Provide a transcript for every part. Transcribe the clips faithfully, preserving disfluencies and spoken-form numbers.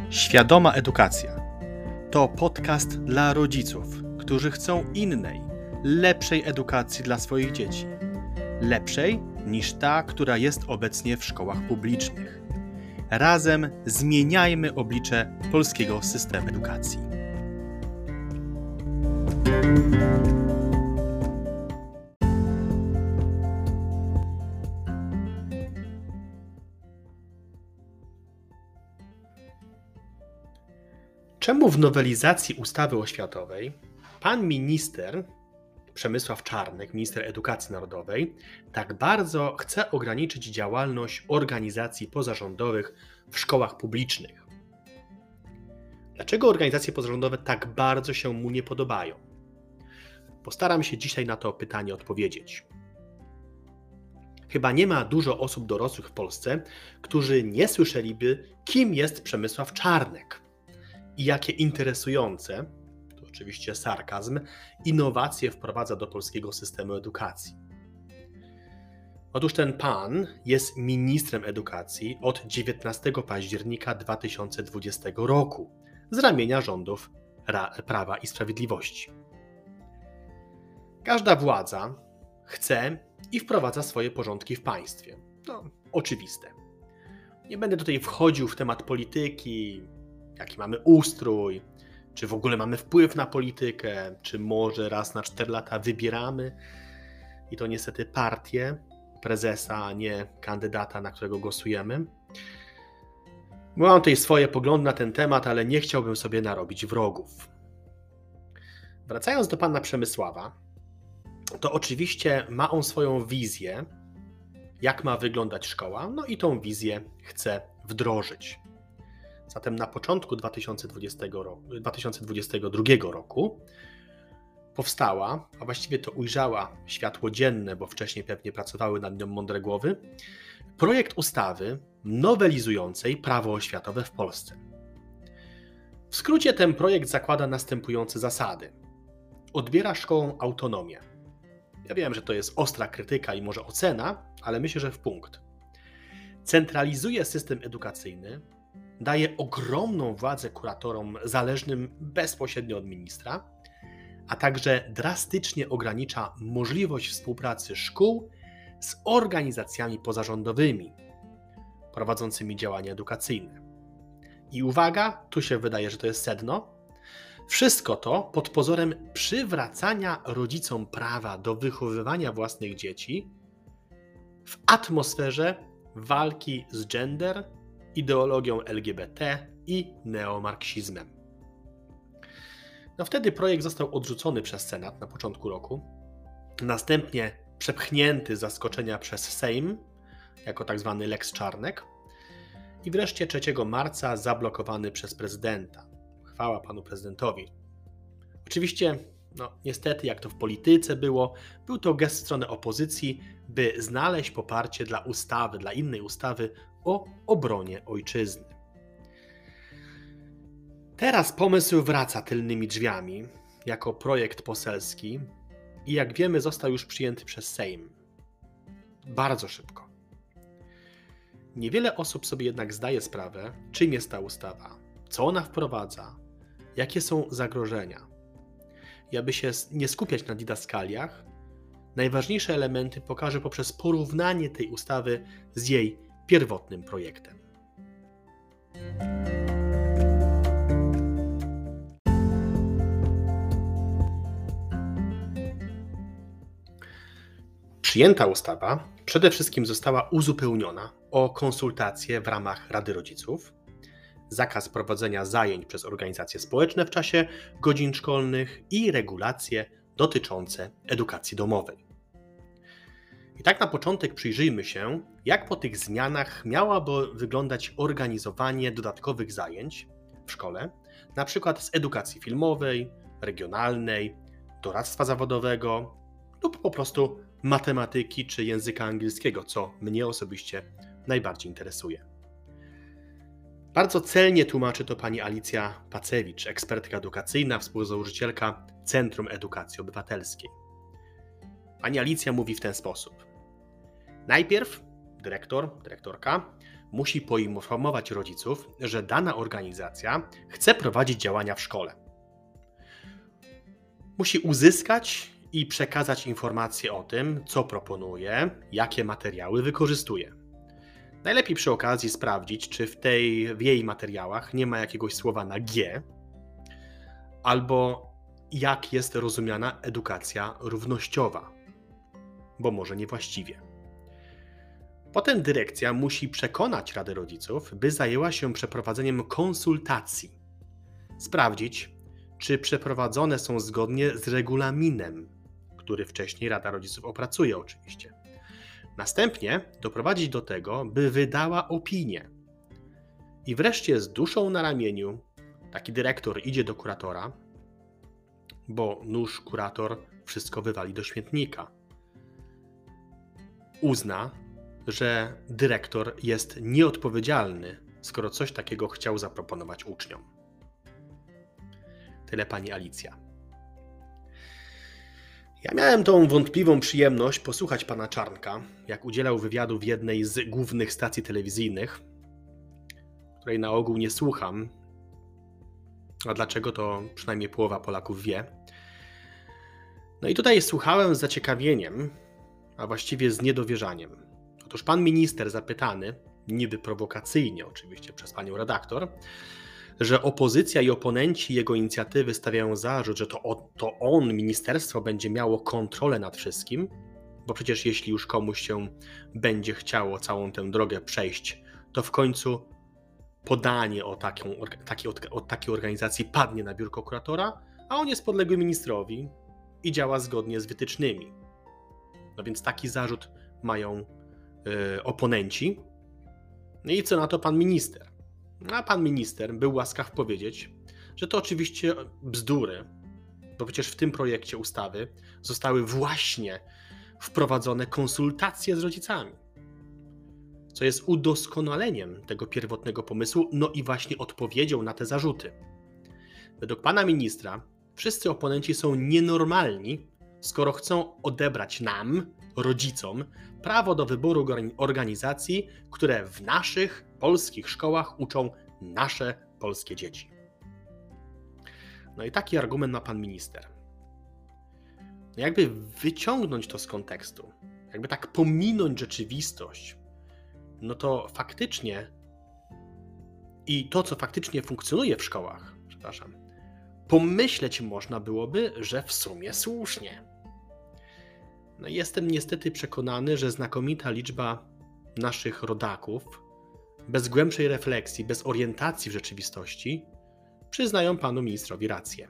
Świadoma edukacja to podcast dla rodziców, którzy chcą innej, lepszej edukacji dla swoich dzieci. Lepszej niż ta, która jest obecnie w szkołach publicznych. Razem zmieniajmy oblicze polskiego systemu edukacji. Czemu w nowelizacji ustawy oświatowej pan minister Przemysław Czarnek, minister edukacji narodowej, tak bardzo chce ograniczyć działalność organizacji pozarządowych w szkołach publicznych? Dlaczego organizacje pozarządowe tak bardzo się mu nie podobają? Postaram się dzisiaj na to pytanie odpowiedzieć. Chyba nie ma dużo osób dorosłych w Polsce, którzy nie słyszeliby, kim jest Przemysław Czarnek i jakie interesujące, to oczywiście sarkazm, innowacje wprowadza do polskiego systemu edukacji. Otóż ten pan jest ministrem edukacji od dziewiętnastego października dwa tysiące dwudziestego roku z ramienia rządów Prawa i Sprawiedliwości. Każda władza chce i wprowadza swoje porządki w państwie. To oczywiste. Nie będę tutaj wchodził w temat polityki, jaki mamy ustrój, czy w ogóle mamy wpływ na politykę, czy może raz na cztery lata wybieramy i to niestety partię, prezesa, a nie kandydata, na którego głosujemy. Mam tutaj swoje poglądy na ten temat, ale nie chciałbym sobie narobić wrogów. Wracając do pana Przemysława, to oczywiście ma on swoją wizję, jak ma wyglądać szkoła, no i tą wizję chce wdrożyć. Zatem na początku dwa tysiące dwudziestego roku, dwa tysiące dwudziestego drugiego roku powstała, a właściwie to ujrzała światło dzienne, bo wcześniej pewnie pracowały nad nią mądre głowy, projekt ustawy nowelizującej prawo oświatowe w Polsce. W skrócie ten projekt zakłada następujące zasady. Odbiera szkołom autonomię. Ja wiem, że to jest ostra krytyka i może ocena, ale myślę, że w punkt. Centralizuje system edukacyjny, daje ogromną władzę kuratorom zależnym bezpośrednio od ministra, a także drastycznie ogranicza możliwość współpracy szkół z organizacjami pozarządowymi prowadzącymi działania edukacyjne. I uwaga, tu się wydaje, że to jest sedno, wszystko to pod pozorem przywracania rodzicom prawa do wychowywania własnych dzieci w atmosferze walki z gender, ideologią L G B T i neomarksizmem. No wtedy projekt został odrzucony przez Senat na początku roku, następnie przepchnięty z zaskoczenia przez Sejm jako tak zwany Lex Czarnek i wreszcie trzeciego marca zablokowany przez prezydenta. Chwała panu prezydentowi. Oczywiście, no niestety, jak to w polityce było, był to gest w stronę opozycji, by znaleźć poparcie dla ustawy, dla innej ustawy o obronie ojczyzny. Teraz pomysł wraca tylnymi drzwiami jako projekt poselski i jak wiemy został już przyjęty przez Sejm. Bardzo szybko. Niewiele osób sobie jednak zdaje sprawę, czym jest ta ustawa, co ona wprowadza, jakie są zagrożenia. I aby się nie skupiać na didaskaliach, najważniejsze elementy pokażę poprzez porównanie tej ustawy z jej pierwotnym projektem. Przyjęta ustawa przede wszystkim została uzupełniona o konsultacje w ramach Rady Rodziców, zakaz prowadzenia zajęć przez organizacje społeczne w czasie godzin szkolnych i regulacje dotyczące edukacji domowej. I tak na początek przyjrzyjmy się, jak po tych zmianach miałoby wyglądać organizowanie dodatkowych zajęć w szkole, na przykład z edukacji filmowej, regionalnej, doradztwa zawodowego lub po prostu matematyki czy języka angielskiego, co mnie osobiście najbardziej interesuje. Bardzo celnie tłumaczy to pani Alicja Pacewicz, ekspertka edukacyjna, współzałożycielka Centrum Edukacji Obywatelskiej. Pani Alicja mówi w ten sposób. Najpierw dyrektor, dyrektorka musi poinformować rodziców, że dana organizacja chce prowadzić działania w szkole. Musi uzyskać i przekazać informacje o tym, co proponuje, jakie materiały wykorzystuje. Najlepiej przy okazji sprawdzić, czy w, tej, w jej materiałach nie ma jakiegoś słowa na G, albo jak jest rozumiana edukacja równościowa, bo może niewłaściwie. Potem dyrekcja musi przekonać Radę Rodziców, by zajęła się przeprowadzeniem konsultacji. Sprawdzić, czy przeprowadzone są zgodnie z regulaminem, który wcześniej Rada Rodziców opracuje oczywiście. Następnie doprowadzić do tego, by wydała opinię. I wreszcie z duszą na ramieniu taki dyrektor idzie do kuratora, bo nóż kurator wszystko wywali do śmietnika. Uzna, że dyrektor jest nieodpowiedzialny, skoro coś takiego chciał zaproponować uczniom. Tyle pani Alicja. Ja miałem tą wątpliwą przyjemność posłuchać pana Czarnka, jak udzielał wywiadu w jednej z głównych stacji telewizyjnych, której na ogół nie słucham, a dlaczego to przynajmniej połowa Polaków wie. No i tutaj słuchałem z zaciekawieniem, a właściwie z niedowierzaniem. Otóż pan minister zapytany, niby prowokacyjnie oczywiście przez panią redaktor, że opozycja i oponenci jego inicjatywy stawiają zarzut, że to, o, to on, ministerstwo, będzie miało kontrolę nad wszystkim, bo przecież jeśli już komuś się będzie chciało całą tę drogę przejść, to w końcu podanie o, taką, takiej, o takiej organizacji padnie na biurko kuratora, a on jest podległy ministrowi i działa zgodnie z wytycznymi. No więc taki zarzut mają yy, oponenci. No i co na to pan minister? A pan minister był łaskaw powiedzieć, że to oczywiście bzdury, bo przecież w tym projekcie ustawy zostały właśnie wprowadzone konsultacje z rodzicami, co jest udoskonaleniem tego pierwotnego pomysłu, no i właśnie odpowiedzią na te zarzuty. Według pana ministra wszyscy oponenci są nienormalni, skoro chcą odebrać nam, rodzicom, prawo do wyboru organizacji, które w naszych polskich szkołach uczą nasze polskie dzieci. No i taki argument ma pan minister. No jakby wyciągnąć to z kontekstu, jakby tak pominąć rzeczywistość, no to faktycznie i to, co faktycznie funkcjonuje w szkołach, przepraszam, pomyśleć można byłoby, że w sumie słusznie. No jestem niestety przekonany, że znakomita liczba naszych rodaków bez głębszej refleksji, bez orientacji w rzeczywistości przyznają panu ministrowi rację.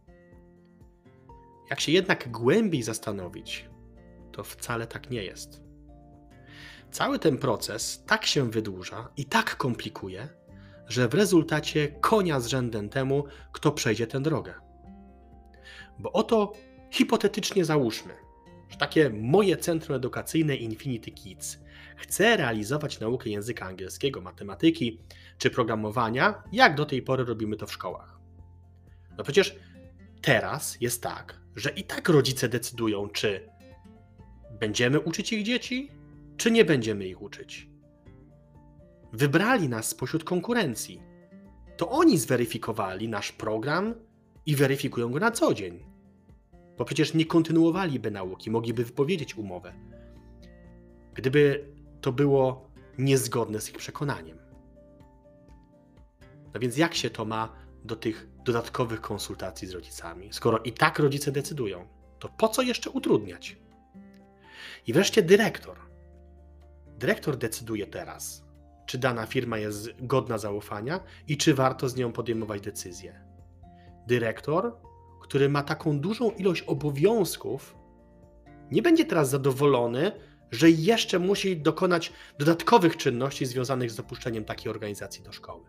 Jak się jednak głębiej zastanowić, to wcale tak nie jest. Cały ten proces tak się wydłuża i tak komplikuje, że w rezultacie konia z rzędem temu, kto przejdzie tę drogę. Bo oto hipotetycznie załóżmy, że takie moje centrum edukacyjne Infinity Kids chce realizować naukę języka angielskiego, matematyki czy programowania, jak do tej pory robimy to w szkołach. No przecież teraz jest tak, że i tak rodzice decydują, czy będziemy uczyć ich dzieci, czy nie będziemy ich uczyć. Wybrali nas spośród konkurencji. To oni zweryfikowali nasz program i weryfikują go na co dzień. Bo przecież nie kontynuowaliby nauki, mogliby wypowiedzieć umowę, gdyby to było niezgodne z ich przekonaniem. No więc jak się to ma do tych dodatkowych konsultacji z rodzicami? Skoro i tak rodzice decydują, to po co jeszcze utrudniać? I wreszcie dyrektor. Dyrektor decyduje teraz, czy dana firma jest godna zaufania i czy warto z nią podejmować decyzje. Dyrektor, który ma taką dużą ilość obowiązków, nie będzie teraz zadowolony, że jeszcze musi dokonać dodatkowych czynności związanych z dopuszczeniem takiej organizacji do szkoły.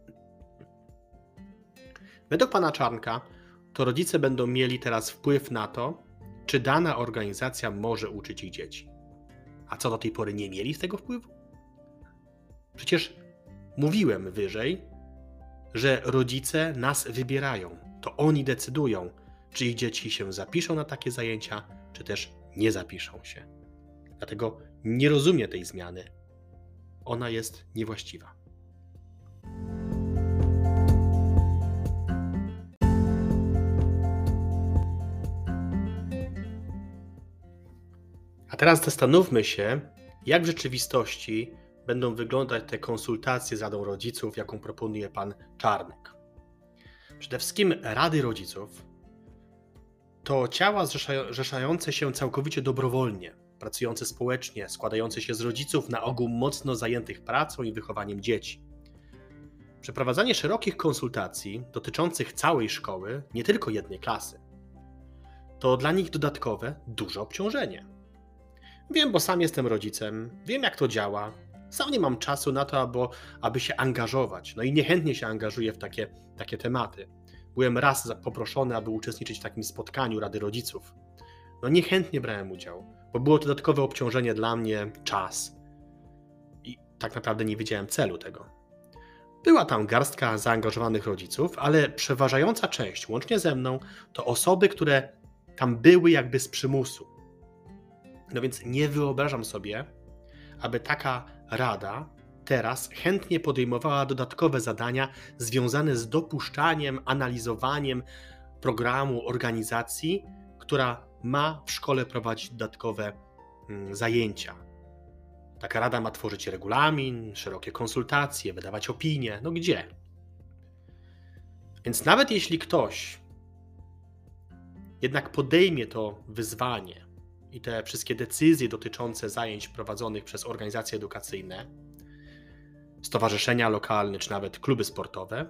Według pana Czarnka to rodzice będą mieli teraz wpływ na to, czy dana organizacja może uczyć ich dzieci. A co do tej pory nie mieli z tego wpływu? Przecież mówiłem wyżej, że rodzice nas wybierają. To oni decydują, czy ich dzieci się zapiszą na takie zajęcia, czy też nie zapiszą się. Dlatego nie rozumiem tej zmiany. ona jest niewłaściwa. A teraz zastanówmy się, jak w rzeczywistości będą wyglądać te konsultacje z Radą Rodziców, jaką proponuje pan Czarnek. Przede wszystkim Rady Rodziców to ciała zrzeszające się całkowicie dobrowolnie, pracujące społecznie, składające się z rodziców na ogół mocno zajętych pracą i wychowaniem dzieci. Przeprowadzanie szerokich konsultacji dotyczących całej szkoły, nie tylko jednej klasy, to dla nich dodatkowe, duże obciążenie. Wiem, bo sam jestem rodzicem, wiem jak to działa, sam nie mam czasu na to, aby, aby się angażować, no i niechętnie się angażuję w takie, takie tematy. Byłem raz poproszony, aby uczestniczyć w takim spotkaniu Rady Rodziców. No niechętnie brałem udział, bo było to dodatkowe obciążenie dla mnie, czas i tak naprawdę nie wiedziałem celu tego. Była tam garstka zaangażowanych rodziców, ale przeważająca część, łącznie ze mną, to osoby, które tam były jakby z przymusu. No więc nie wyobrażam sobie, aby taka rada teraz chętnie podejmowała dodatkowe zadania związane z dopuszczaniem, analizowaniem programu organizacji, która ma w szkole prowadzić dodatkowe mm, zajęcia. Taka rada ma tworzyć regulamin, szerokie konsultacje, wydawać opinie. No gdzie? Więc nawet jeśli ktoś jednak podejmie to wyzwanie i te wszystkie decyzje dotyczące zajęć prowadzonych przez organizacje edukacyjne, stowarzyszenia lokalne czy nawet kluby sportowe,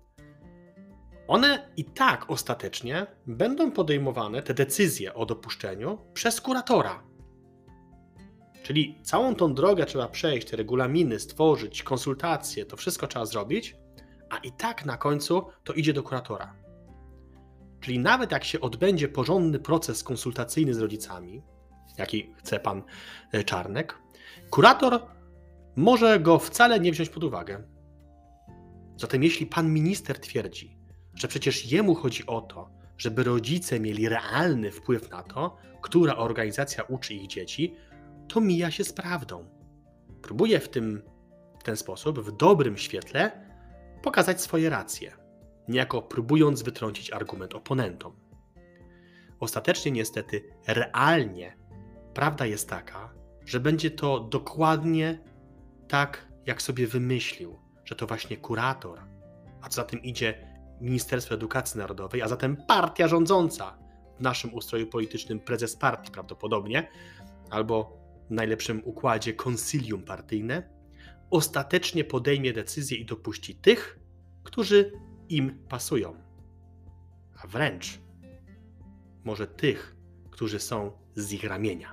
one i tak ostatecznie będą podejmowane, te decyzje o dopuszczeniu, przez kuratora. Czyli całą tą drogę trzeba przejść, te regulaminy stworzyć, konsultacje, to wszystko trzeba zrobić, a i tak na końcu to idzie do kuratora. Czyli nawet jak się odbędzie porządny proces konsultacyjny z rodzicami, jaki chce pan Czarnek, kurator może go wcale nie wziąć pod uwagę. Zatem jeśli pan minister twierdzi, że przecież jemu chodzi o to, żeby rodzice mieli realny wpływ na to, która organizacja uczy ich dzieci, to mija się z prawdą. Próbuje w, tym, w ten sposób, w dobrym świetle, pokazać swoje racje, niejako próbując wytrącić argument oponentom. Ostatecznie niestety, realnie, prawda jest taka, że będzie to dokładnie tak, jak sobie wymyślił, że to właśnie kurator, a co za tym idzie Ministerstwo Edukacji Narodowej, a zatem partia rządząca w naszym ustroju politycznym, prezes partii prawdopodobnie, albo w najlepszym układzie konsylium partyjne, ostatecznie podejmie decyzję i dopuści tych, którzy im pasują. A wręcz może tych, którzy są z ich ramienia.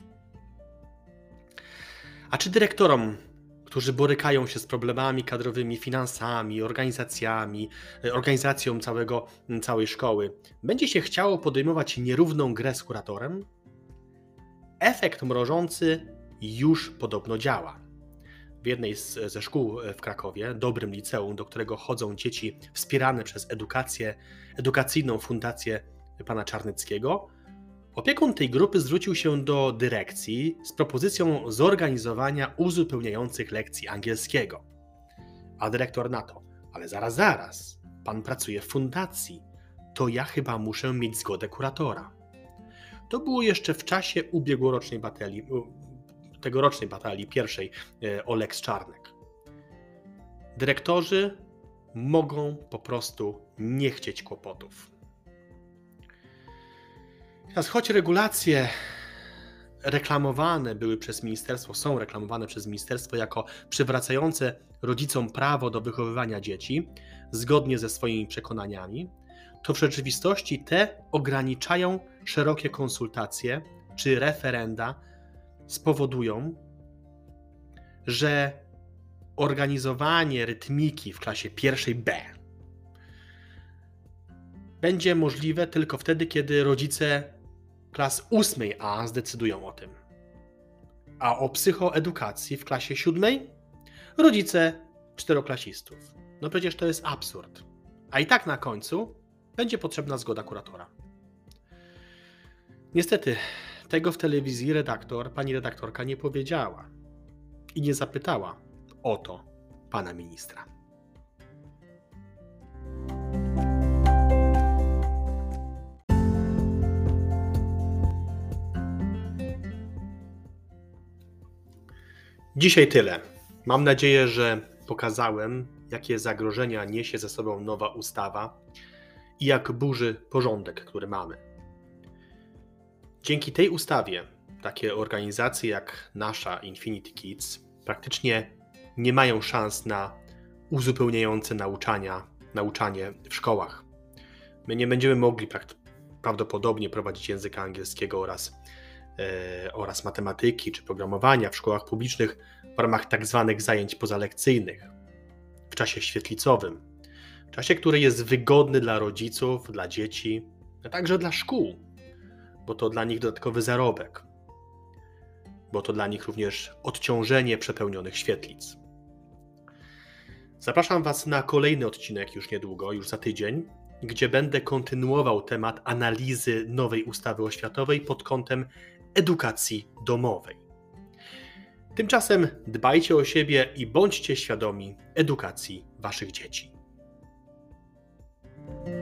A czy dyrektorom, którzy borykają się z problemami kadrowymi, finansami, organizacjami, organizacją całego, całej szkoły, będzie się chciało podejmować nierówną grę z kuratorem? Efekt mrożący już podobno działa. W jednej z, ze szkół w Krakowie, dobrym liceum, do którego chodzą dzieci wspierane przez edukację, edukacyjną fundację pana Czarneckiego, opiekun tej grupy zwrócił się do dyrekcji z propozycją zorganizowania uzupełniających lekcji angielskiego. A dyrektor na to: ale zaraz, zaraz, pan pracuje w fundacji, to ja chyba muszę mieć zgodę kuratora. To było jeszcze w czasie ubiegłorocznej batalii, tegorocznej batalii pierwszej o Lex Czarnek. Dyrektorzy mogą po prostu nie chcieć kłopotów. Teraz choć regulacje reklamowane były przez ministerstwo, są reklamowane przez ministerstwo jako przywracające rodzicom prawo do wychowywania dzieci zgodnie ze swoimi przekonaniami, to w rzeczywistości te ograniczają szerokie konsultacje czy referenda, spowodują, że organizowanie rytmiki w klasie pierwszej B będzie możliwe tylko wtedy, kiedy rodzice klas ósmej A zdecydują o tym. A o psychoedukacji w klasie siódmej rodzice czteroklasistów. No przecież to jest absurd. A i tak na końcu będzie potrzebna zgoda kuratora. Niestety, tego w telewizji redaktor, pani redaktorka nie powiedziała i nie zapytała oto pana ministra. Dzisiaj tyle. Mam nadzieję, że pokazałem, jakie zagrożenia niesie ze sobą nowa ustawa i jak burzy porządek, który mamy. Dzięki tej ustawie takie organizacje jak nasza Infinity Kids praktycznie nie mają szans na uzupełniające nauczania, nauczanie w szkołach. My nie będziemy mogli prawdopodobnie prowadzić języka angielskiego oraz, e, oraz matematyki czy programowania w szkołach publicznych w ramach tak zwanych zajęć pozalekcyjnych, w czasie świetlicowym, w czasie, który jest wygodny dla rodziców, dla dzieci, a także dla szkół, bo to dla nich dodatkowy zarobek, bo to dla nich również odciążenie przepełnionych świetlic. Zapraszam Was na kolejny odcinek już niedługo, już za tydzień, gdzie będę kontynuował temat analizy nowej ustawy oświatowej pod kątem edukacji domowej. Tymczasem dbajcie o siebie i bądźcie świadomi edukacji Waszych dzieci.